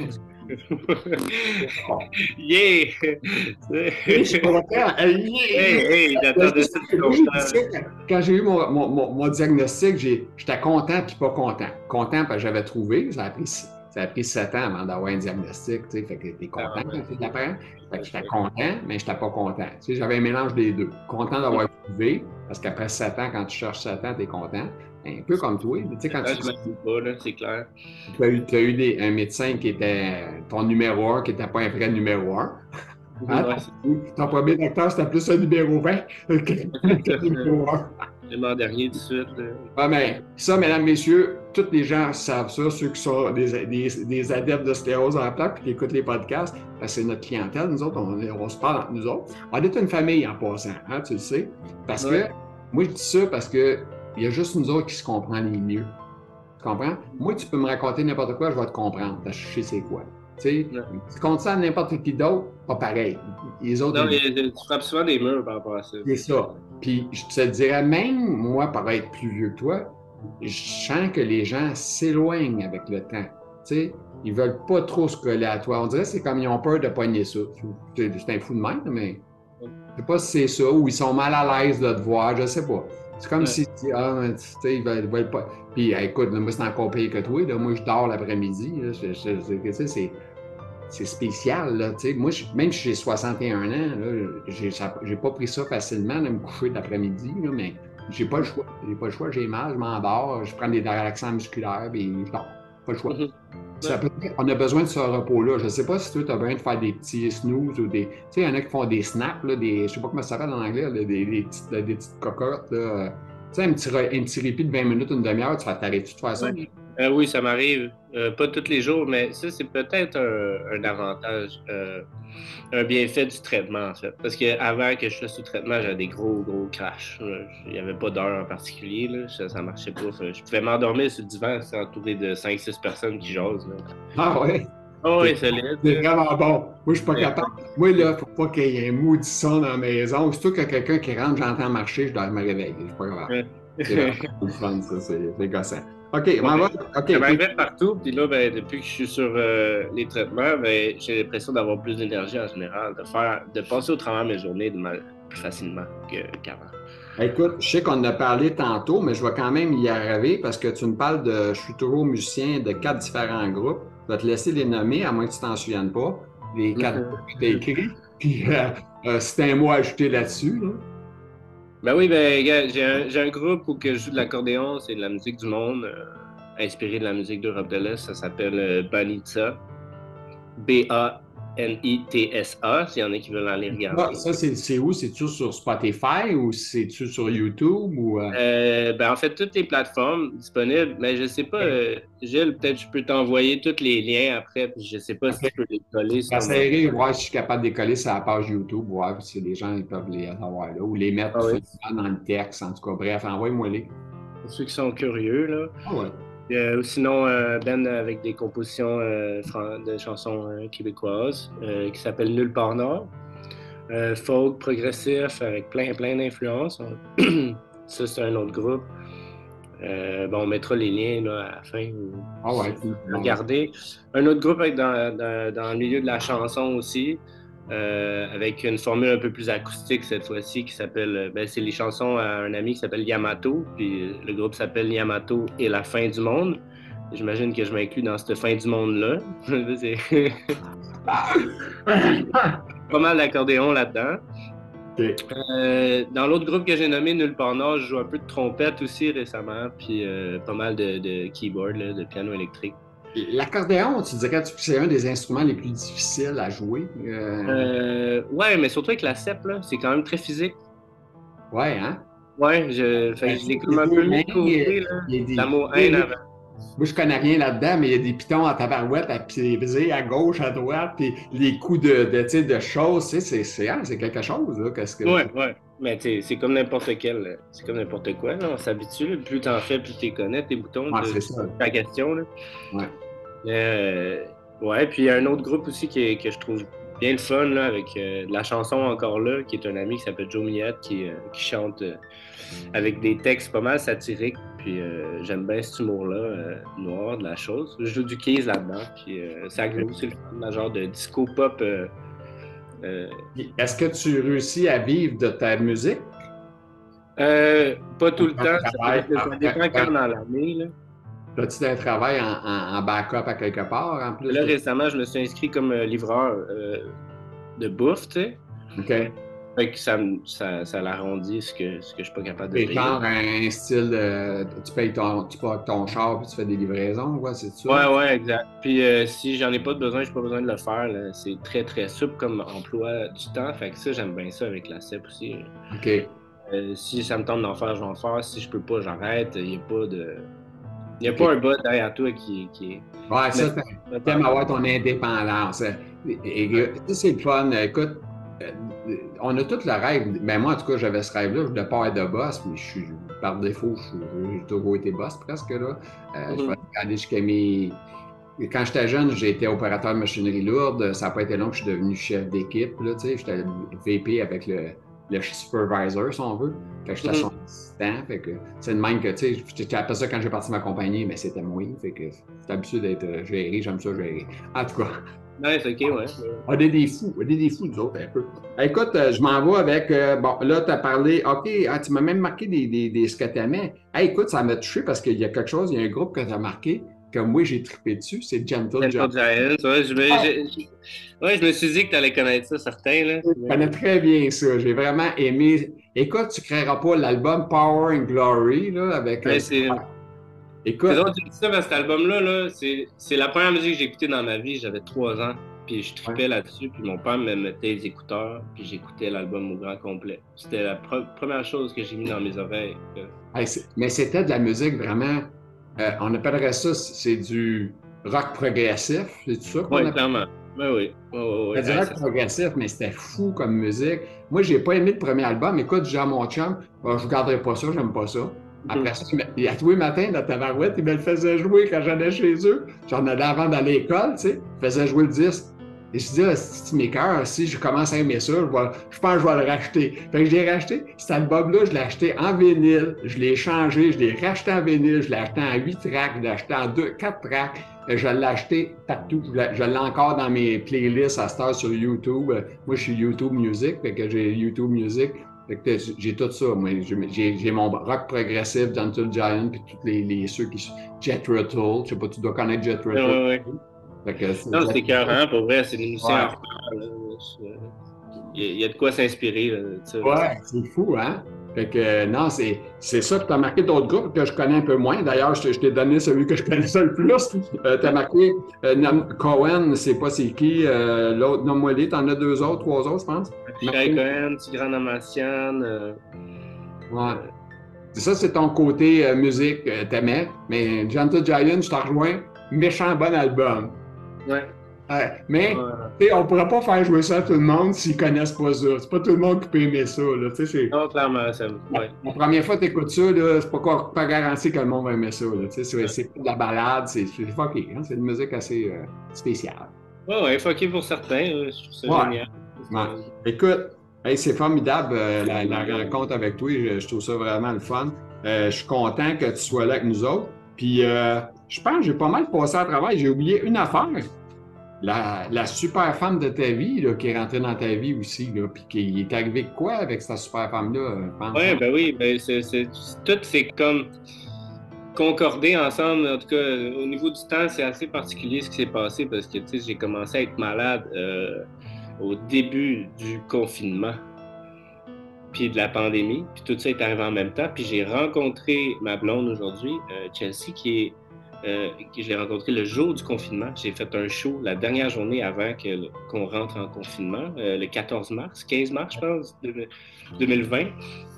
Yeah! Oui, je suis content. Hey, hey, j'attendais ça depuis longtemps. Quand j'ai eu mon diagnostic, j'étais content puis pas content. Content parce que j'avais trouvé, ça a pris 7 ans avant d'avoir un diagnostic, tu sais, fait que t'es content Ah, ouais. quand tu l'apprends. Fait que j'étais content, mais j'étais pas content. Tu sais, j'avais un mélange des deux. Content d'avoir trouvé, parce qu'après 7 ans, quand tu cherches 7 ans, t'es content. Un peu comme toi, mais tu sais, quand Je m'avoue pas, là, c'est clair. tu as eu un médecin qui était ton numéro 1, qui n'était pas un vrai numéro 1. Hein? Ouais, Ton premier docteur, c'était plus un numéro 20 que le numéro 1. c'est l'an dernier tout de suite. Ah, mais ça, mesdames, messieurs, tous les gens savent ça, ceux qui sont des adeptes de sclérose en plaques et qui écoutent les podcasts, parce que c'est notre clientèle, nous autres, on se parle entre nous autres. On est une famille en passant, hein, tu le sais. Parce que, moi, je dis ça parce que il y a juste nous autres qui se comprennent les mieux. Tu comprends? Moi, tu peux me raconter n'importe quoi, je vais te comprendre, parce que je sais c'est quoi. Tu sais, tu comptes ça à n'importe qui d'autre, pas pareil. Les autres, Non, tu frappes souvent des murs par rapport à ça. c'est ça. Puis je te dirais, même moi, par être plus vieux que toi, je sens que les gens s'éloignent avec le temps. Tu sais, ils veulent pas trop se coller à toi. On dirait que c'est comme ils ont peur de pogner ça. C'est un fou de même, mais je sais pas si c'est ça, ou ils sont mal à l'aise de te voir, je sais pas. C'est comme si, tu sais, ils veulent pas. Puis écoute, là, moi, c'est encore pire que toi. Là. Moi, je dors l'après-midi. C'est spécial, là, tu sais. Moi, même si j'ai 61 ans, là, j'ai pas pris ça facilement de me coucher l'après-midi, là, mais j'ai pas le choix. J'ai pas le choix, j'ai mal, je m'endors, je prends des relaxants musculaires, puis je dors. Pas le choix. On a besoin de ce repos-là. Je sais pas si toi, tu as besoin de faire des petits snooze ou des. Tu sais, il y en a qui font des snaps, là, je sais pas comment ça s'appelle en anglais, là, des petites cocottes, là. Tu sais, un petit répit de 20 minutes, une demi-heure, tu vas t'arrêter de faire ça. Oui, ça m'arrive. Pas tous les jours, mais ça, c'est peut-être un avantage, un bienfait du traitement, en fait. Parce qu'avant que je sois sous traitement, j'avais des gros, gros crashs. Il n'y avait pas d'heure en particulier. Là. Ça marchait pas. Je pouvais m'endormir sur le divan, c'est entouré de 5 6 personnes qui jasent. Là. Ah ouais? Oh, C'est oui, solide. c'est vraiment bon. Moi, je suis pas Mais capable. Moi, là, faut pas qu'il y ait un maudit son dans la maison. Surtout qu'il y a quelqu'un qui rentre, j'entends marcher, je dois me réveiller. Je suis pas capable. ouais. C'est vraiment le fun, ça. C'est gossant. OK, m'en va. Ouais. Ça OK, m'arrivait partout, puis là, ben, depuis que je suis sur les traitements, ben, j'ai l'impression d'avoir plus d'énergie en général, de passer au travers de mes journées plus facilement qu'avant. écoute, je sais qu'on en a parlé tantôt, mais je vais quand même y arriver parce que tu me parles de. Je suis toujours musicien de 4 différents groupes. Je vais te laisser les nommer, à moins que tu t'en souviennes pas. Les 4 groupes que tu as écrits. Puis, si t'as un mot à ajouter là-dessus, là. Ben oui, ben, gars, j'ai un groupe où que je joue de l'accordéon, c'est de la musique du monde, inspiré de la musique d'Europe de l'Est, ça s'appelle Banitsa, Banitsa, s'il y en a qui veulent aller regarder. Ça, c'est où? C'est-tu sur Spotify ou c'est-tu sur YouTube ou. Ben, en fait, toutes les plateformes disponibles, mais je sais pas, Gilles, peut-être je peux t'envoyer tous les liens après, puis je sais pas si OK. tu peux les coller sur mon... J'essaierai de voir si je suis capable de les coller sur la page YouTube, voir si les gens ils peuvent les avoir là, ou les mettre Ah tout oui, simplement dans le texte. En tout cas, bref, envoie-moi-les. pour ceux qui sont curieux, là. Ah ouais. Ou sinon, Ben avec des compositions de chansons québécoises qui s'appelle Nulle part Nord. Folk progressif avec plein d'influences. Ça, c'est un autre groupe. Bon, on mettra les liens là, à la fin. Ah ouais. Regardez. Un autre groupe dans le milieu de la chanson aussi, avec une formule un peu plus acoustique cette fois-ci qui s'appelle, ben, c'est les chansons à un ami qui s'appelle Yamato, puis le groupe s'appelle Yamato et la fin du monde. J'imagine que je m'inclus dans cette fin du monde-là. C'est pas mal d'accordéon là-dedans. OK. Dans l'autre groupe que j'ai nommé Nulle part Nord, je joue un peu de trompette aussi récemment, puis pas mal de keyboard, là, de piano électrique. L'accordéon, tu dirais que c'est un des instruments les plus difficiles à jouer. Ouais, mais surtout avec la cèpe, là, c'est quand même très physique. Ouais, hein? Ouais, fait que je l'ai comme un Les deux peu mis mains, de côté, là. il y a La des. mot haine avant. Moi, je connais rien là-dedans, mais il y a des pitons à tabarouette à peser à gauche, à droite, puis les coups tu sais, de choses, tu sais, c'est quelque chose, là. Qu'est-ce que. Ouais. Mais c'est comme n'importe quel, c'est comme n'importe quoi, là. On s'habitue, là. Plus t'en fais, plus t'es connais, tes boutons, Ouais, c'est ça. ta question, là. Ouais. Ouais, puis il y a un autre groupe aussi que je trouve bien le fun, là, avec de la chanson encore là, qui est un ami qui s'appelle Joe Millette, qui chante avec des textes pas mal satiriques. Puis j'aime bien cet humour-là, noir de la chose. Je joue du keys là-dedans, puis c'est agréable, c'est le fun, un genre de disco pop. Est-ce que tu réussis à vivre de ta musique? Pas tout le temps, ça dépend quand As-tu dans l'année, là. un travail en backup à quelque part, en plus Là, de. récemment, je me suis inscrit comme livreur de bouffe, tu sais. OK. Fait que ça l'arrondit ce que je suis pas capable de C'est payer. genre un style de. Tu payes ton char puis tu fais des livraisons, quoi, c'est ça? Ouais, exact. Puis si j'en ai pas besoin, j'ai pas besoin de le faire, là. C'est très souple comme emploi du temps. Fait que ça, j'aime bien ça avec la CEP aussi. OK. Si ça me tente d'en faire, je vais en faire. Si je peux pas, j'arrête. Il n'y a pas de. Il n'y a OK. pas un bot derrière toi qui est. Ouais, ça, t'aimes avoir ton indépendance. Ça, c'est le fun. Écoute, euh, on a tout le rêve. Mais moi, en tout cas, j'avais ce rêve-là. Je voulais pas être de boss, mais par défaut, j'ai toujours été boss presque, là. Je vais aller jusqu'à mes. Quand j'étais jeune, j'ai été opérateur de machinerie lourde. Ça n'a pas été long que je suis devenu chef d'équipe. Là, tu sais, j'étais VP avec le supervisor, si on veut. Fait que j'étais son assistant. Fait que c'est de même que, tu sais, j'étais après ça quand j'ai parti ma compagnie, mais c'était moi. Fait que j'étais habitué d'être géré, j'aime ça gérer. En tout cas, Nice, ok, ouais. on est des fous, nous autres, un peu. Écoute, je m'en vais avec, bon, là, tu as parlé, OK, tu m'as même marqué ce que tu aimais. Hey, écoute, ça m'a touché parce qu'il y a quelque chose, il y a un groupe que tu as marqué, que moi, j'ai trippé dessus, c'est Gentle Giant. Gentle Giant, ouais. Je me suis dit que tu allais connaître ça, certains, là. Je connais très bien ça. J'ai vraiment aimé. Écoute, tu ne créeras pas l'album Power and Glory, là, avec. Ouais, c'est Écoute. drôle que tu dis ça parce que cet album-là, là, c'est la première musique que j'ai écoutée dans ma vie. J'avais 3 ans, puis je tripais là-dessus, puis mon père me mettait les écouteurs, puis j'écoutais l'album au grand complet. C'était la première chose que j'ai mis dans mes oreilles. Mais c'était de la musique vraiment On appellerait ça, c'est du rock progressif, c'est tout ça qu'on Oui, appelle? clairement. Ben oui. Oui, oui, oui. C'était du rock progressif, mais c'était fou comme musique. Moi, j'ai pas aimé le premier album. Écoute, j'ai à mon chum, bon, je ne garderai pas ça, j'aime pas ça. Après ça, à tous les matins, dans Tabarouette, il me le faisait jouer quand j'allais chez eux. J'en allais avant d'aller à l'école, tu sais. Il faisait jouer le disque. Et je me dis, ah, si mes cœurs, si je commence à aimer ça, je pense que je vais le racheter. Fait que je l'ai racheté. Cet album-là, je l'ai acheté en vinyle. Je l'ai changé, je l'ai racheté en vinyle. Je l'ai acheté en 8 tracks, je l'ai acheté en 4 tracks. Je l'ai acheté partout. Je l'ai encore dans mes playlists à cette heure sur YouTube. Moi, je suis YouTube Music, fait que j'ai YouTube Music. Fait que j'ai tout ça. Moi, j'ai mon rock progressif, Gentle Giant, puis tous ceux qui sont Jet Tull. Je sais pas, tu dois connaître Jet Oui, Tull. oui, oui. Non, c'est écœurant, pour vrai, c'est une émission Ouais. à faire. Il y a de quoi s'inspirer de ça. Ouais, c'est fou, hein? Fait que non, c'est ça. Tu as marqué d'autres groupes que je connais un peu moins. D'ailleurs, je t'ai donné celui que je connaissais le plus. Tu as marqué Cohen, c'est pas c'est qui. L'autre, nomme-moi les. T'en as 2 autres, 3 autres, je pense. Shai Cohen, Tigran Amassian. Ouais. Ça, c'est ton côté musique, t'aimais. Mais Gentle Giant, je t'en rejoins. Méchant bon album. Ouais. Mais on ne pourrait pas faire jouer ça à tout le monde s'ils ne connaissent pas ça. C'est pas tout le monde qui peut aimer ça. Là. Non, clairement, ça. Ouais. La première fois que tu écoutes ça, c'est pas garanti que le monde va aimer ça. C'est de la balade, c'est fucké. Hein? C'est une musique assez spéciale. Ouais, ouais, fucké pour certains. Je trouve ça génial. Ouais. Écoute, hey, c'est formidable la rencontre avec toi. Je trouve ça vraiment le fun. Je suis content que tu sois là avec nous autres. Puis, je pense que j'ai pas mal passé à travers. J'ai oublié une affaire. La super femme de ta vie, là, qui est rentrée dans ta vie aussi, là, puis qui est arrivé quoi avec cette super femme-là? Ouais, ben oui, ben tout c'est comme concordé ensemble. En tout cas, au niveau du temps, c'est assez particulier ce qui s'est passé parce que j'ai commencé à être malade au début du confinement, puis de la pandémie, puis tout ça est arrivé en même temps. Puis j'ai rencontré ma blonde aujourd'hui, Chelsea, que je l'ai rencontré le jour du confinement. J'ai fait un show la dernière journée avant qu'on rentre en confinement, le 14 mars, 15 mars, je pense, 2020.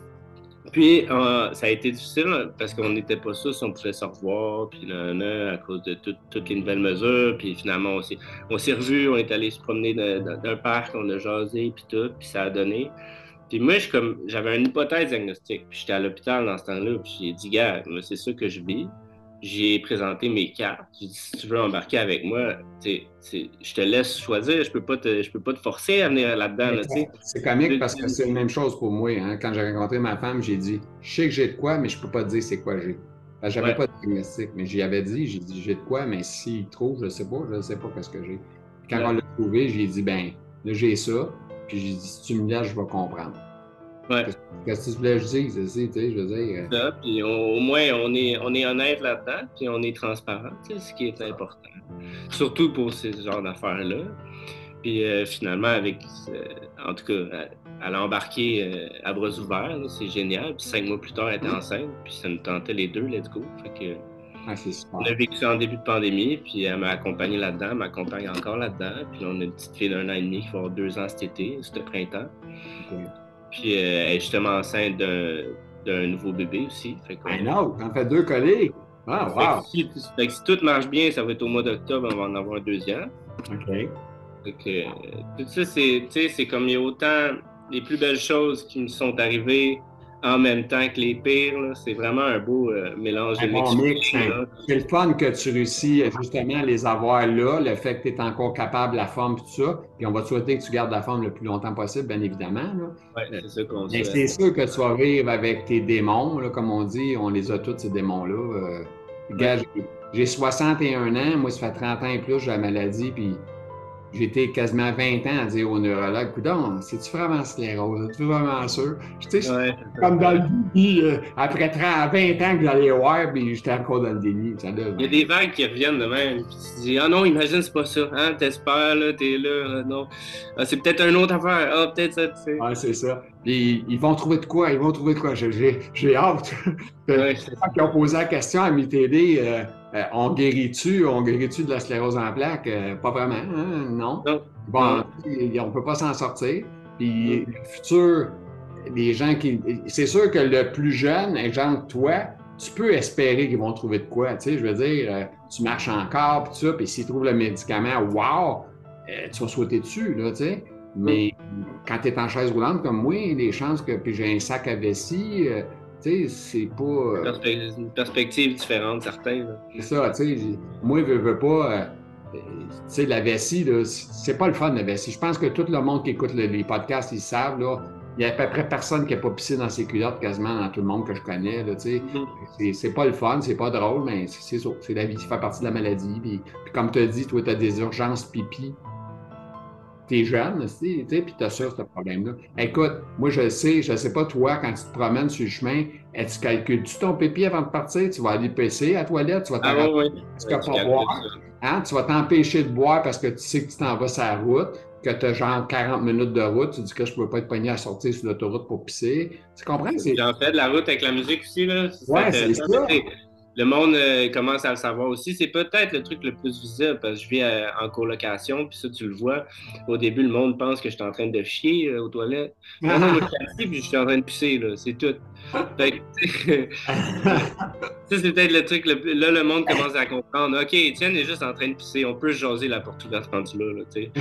Puis, ça a été difficile parce qu'on n'était pas sûrs si on pouvait se revoir, puis là, à cause de toutes les nouvelles mesures. Puis finalement, on s'est revus, on est allé se promener dans un parc, on a jasé, puis tout, puis ça a donné. Puis moi, j'avais une hypothèse diagnostique, puis j'étais à l'hôpital dans ce temps-là, puis j'ai dit, gars, c'est ça que je vis. J'ai présenté mes cartes. J'ai dit, si tu veux embarquer avec moi, je te laisse choisir. Je peux pas te forcer à venir là-dedans. Là, c'est comique parce que c'est la même chose pour moi. Hein. Quand j'ai rencontré ma femme, j'ai dit, je sais que j'ai de quoi, mais je peux pas te dire c'est quoi j'ai. J'avais pas de diagnostic, mais j'y avais dit, j'ai dit, j'ai de quoi, mais s'il trouve, je ne sais pas qu'est-ce que j'ai. Quand on l'a trouvé, j'ai dit, ben, là, j'ai ça. Puis j'ai dit, si tu me laisses, je vais comprendre. Ouais. Qu'est-ce que tu voulais que je dise? Je veux dire. Ça, puis au moins, on est honnête là-dedans, puis on est transparent, ce qui est important. Surtout pour ce genre d'affaires-là. Puis finalement, en tout cas, elle a embarqué à bras ouverts, c'est génial. Puis 5 mois plus tard, elle était enceinte, puis ça nous tentait les deux, let's go. Fait que, c'est super. On a vécu ça en début de pandémie, puis elle m'a accompagné là-dedans, elle m'accompagne encore là-dedans. Puis là, on a une petite fille d'1 an et demi qui va avoir 2 ans cet été, ce printemps. Okay. Puis elle est justement enceinte d'un nouveau bébé aussi. On fait 2 collègues. Ah, wow! Si tout marche bien, ça va être au mois d'octobre, on va en avoir un 2e. OK. Fait que, tout ça, c'est comme il y a autant les plus belles choses qui me sont arrivées en même temps que les pires. Là. C'est vraiment un beau mélange de mix. C'est le fun que tu réussis justement à les avoir là, le fait que tu es encore capable de la forme et tout ça. Puis on va te souhaiter que tu gardes la forme le plus longtemps possible, bien évidemment. Oui, c'est ça qu'on souhaite. C'est sûr que tu vas vivre avec tes démons, là, comme on dit, on les a tous ces démons-là. J'ai 61 ans, moi ça fait 30 ans et plus, j'ai la maladie, puis j'étais quasiment 20 ans à dire au neurologue, coudonc, c'est-tu vraiment sclérose? Es-tu vraiment sûr? Comme dans le déni, après 20 ans que j'allais voir, puis j'étais encore dans le déni. Il y a des vagues qui reviennent de même, puis tu te dis, ah non, imagine, c'est pas ça, hein, t'espères, là, t'es là, non. Ah, c'est peut-être une autre affaire, ah, peut-être ça, tu sais. Ouais, c'est ça. Puis ils vont trouver de quoi, j'ai hâte. Quand ils ont posé la question à MITD, on guérit-tu de la sclérose en plaques? Pas vraiment, hein? Non. Bon, on ne peut pas s'en sortir. Puis le futur, les gens qui. C'est sûr que le plus jeune, exemple toi, tu peux espérer qu'ils vont trouver de quoi. Tu sais, je veux dire, tu marches encore, puis tout ça, puis s'ils trouvent le médicament, wow, tu vas sauter dessus, là, tu sais. Mais quand tu es en chaise roulante comme moi, les chances que puis j'ai un sac à vessie, tu sais, c'est pas. Une perspective différente, certains. Là. C'est ça, tu sais. Moi, je veux pas. Tu sais, la vessie, là, c'est pas le fun, la vessie. Je pense que tout le monde qui écoute les podcasts, ils savent, là. Il y a à peu près personne qui n'a pas pissé dans ses culottes quasiment dans tout le monde que je connais, là, tu sais. C'est pas le fun, c'est pas drôle, mais c'est ça. C'est la vie, ça fait partie de la maladie. Puis comme tu as dit, toi, tu as des urgences pipi. T'es jeune aussi, tu sais, puis t'as ça, ce problème-là. Écoute, moi, je sais pas, toi, quand tu te promènes sur le chemin, tu calcules-tu ton pipi avant de partir? Tu vas aller pisser à la toilette, tu vas Ah t'arrêter oui, parce que pas boire. Hein? Tu vas t'empêcher de boire parce que tu sais que tu t'en vas sur la route, que tu as genre 40 minutes de route, tu dis que je ne peux pas être pogné à sortir sur l'autoroute pour pisser. Tu comprends? J'en fais de la route avec la musique aussi, là. Ouais, c'est ça. Le monde commence à le savoir aussi. C'est peut-être le truc le plus visible parce que je vis en colocation, puis ça, tu le vois. Au début, le monde pense que je suis en train de chier aux toilettes. Non, non, moi, je suis assis puis je suis en train de pisser, là. C'est tout. Fait que, ça, c'est peut-être le truc. Là, le monde commence à comprendre. OK, Étienne est juste en train de pisser. On peut jaser la porte ouverte rendu là, tu sais.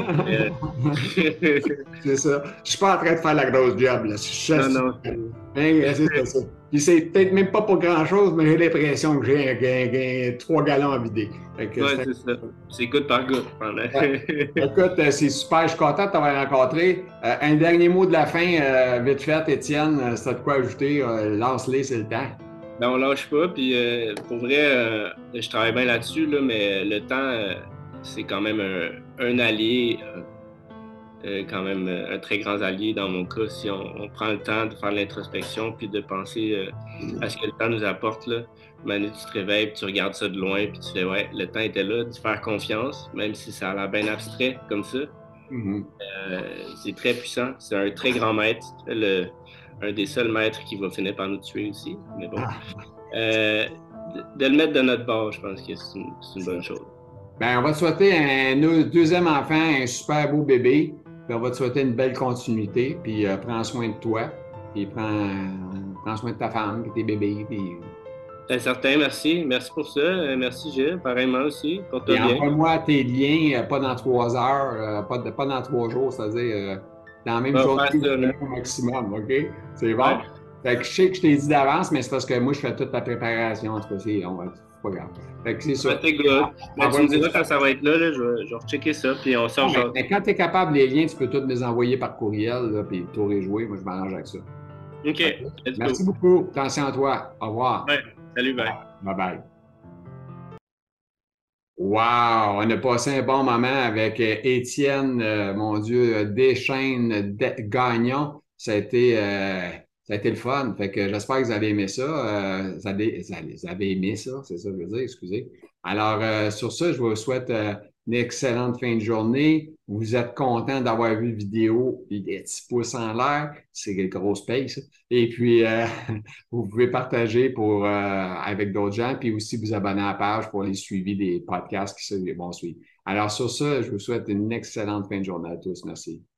C'est ça. Je suis pas en train de faire la grosse job, là. Non, non. C'est ça. Puis c'est peut-être même pas pour grand-chose, mais j'ai l'impression que j'ai 3 gallons à vider. Ouais, c'est ça. C'est goutte par goutte. Ouais. Écoute, c'est super. Je suis content de t'avoir rencontré. Un dernier mot de la fin, vite fait, Étienne. Si tu as de quoi ajouter, lance-les, c'est le temps. Ben, on lâche pas. Puis pour vrai, je travaille bien là-dessus, là, mais le temps, c'est quand même un allié. Quand même un très grand allié dans mon cas si on prend le temps de faire l'introspection puis de penser à ce que le temps nous apporte là. Manu, tu te réveilles puis tu regardes ça de loin puis tu fais ouais, le temps était là, d'y faire confiance, même si ça a l'air bien abstrait comme ça. C'est très puissant, c'est un très grand maître, un des seuls maîtres qui va finir par nous tuer aussi, mais bon. De le mettre de notre bord, je pense que c'est une bonne chose. Ben, on va te souhaiter un deuxième enfant, un super beau bébé. Puis on va te souhaiter une belle continuité. Puis prends soin de toi. Puis prends soin de ta femme, puis tes bébés. Puis... C'est certain, merci. Merci pour ça. Merci, Gilles. Pareillement aussi. Porte-toi bien. Envoie-moi tes liens, pas dans 3 heures, pas dans 3 jours, c'est-à-dire dans la même journée au maximum, OK? C'est bon? Ouais. Fait que je sais que je t'ai dit d'avance, mais c'est parce que moi, je fais toute la préparation. En tout cas, c'est pas grave. Fait que c'est ça. C'est good. Ben, tu me diras quand ça va être là, je vais rechecker ça, puis on sort. Mais quand tu es capable, les liens, tu peux tous me les envoyer par courriel, là, puis tout réjouir. Moi, je m'arrange avec ça. OK. Merci beaucoup. Attention à toi. Au revoir. Ouais. Salut, bye. Bye-bye. Wow! On a passé un bon moment avec Étienne, mon Dieu, Deschaines-Gagnon. Ça a été le fun. Fait que j'espère que vous avez aimé ça. Vous avez aimé ça, c'est ça que je veux dire, excusez. Alors, sur ça, je vous souhaite une excellente fin de journée. Vous êtes content d'avoir vu la vidéo, des petits pouces en l'air. C'est une grosse paye, ça. Et puis, vous pouvez partager avec d'autres gens, puis aussi vous abonner à la page pour les suivis des podcasts qui vont suivre. Alors, sur ça, je vous souhaite une excellente fin de journée à tous. Merci.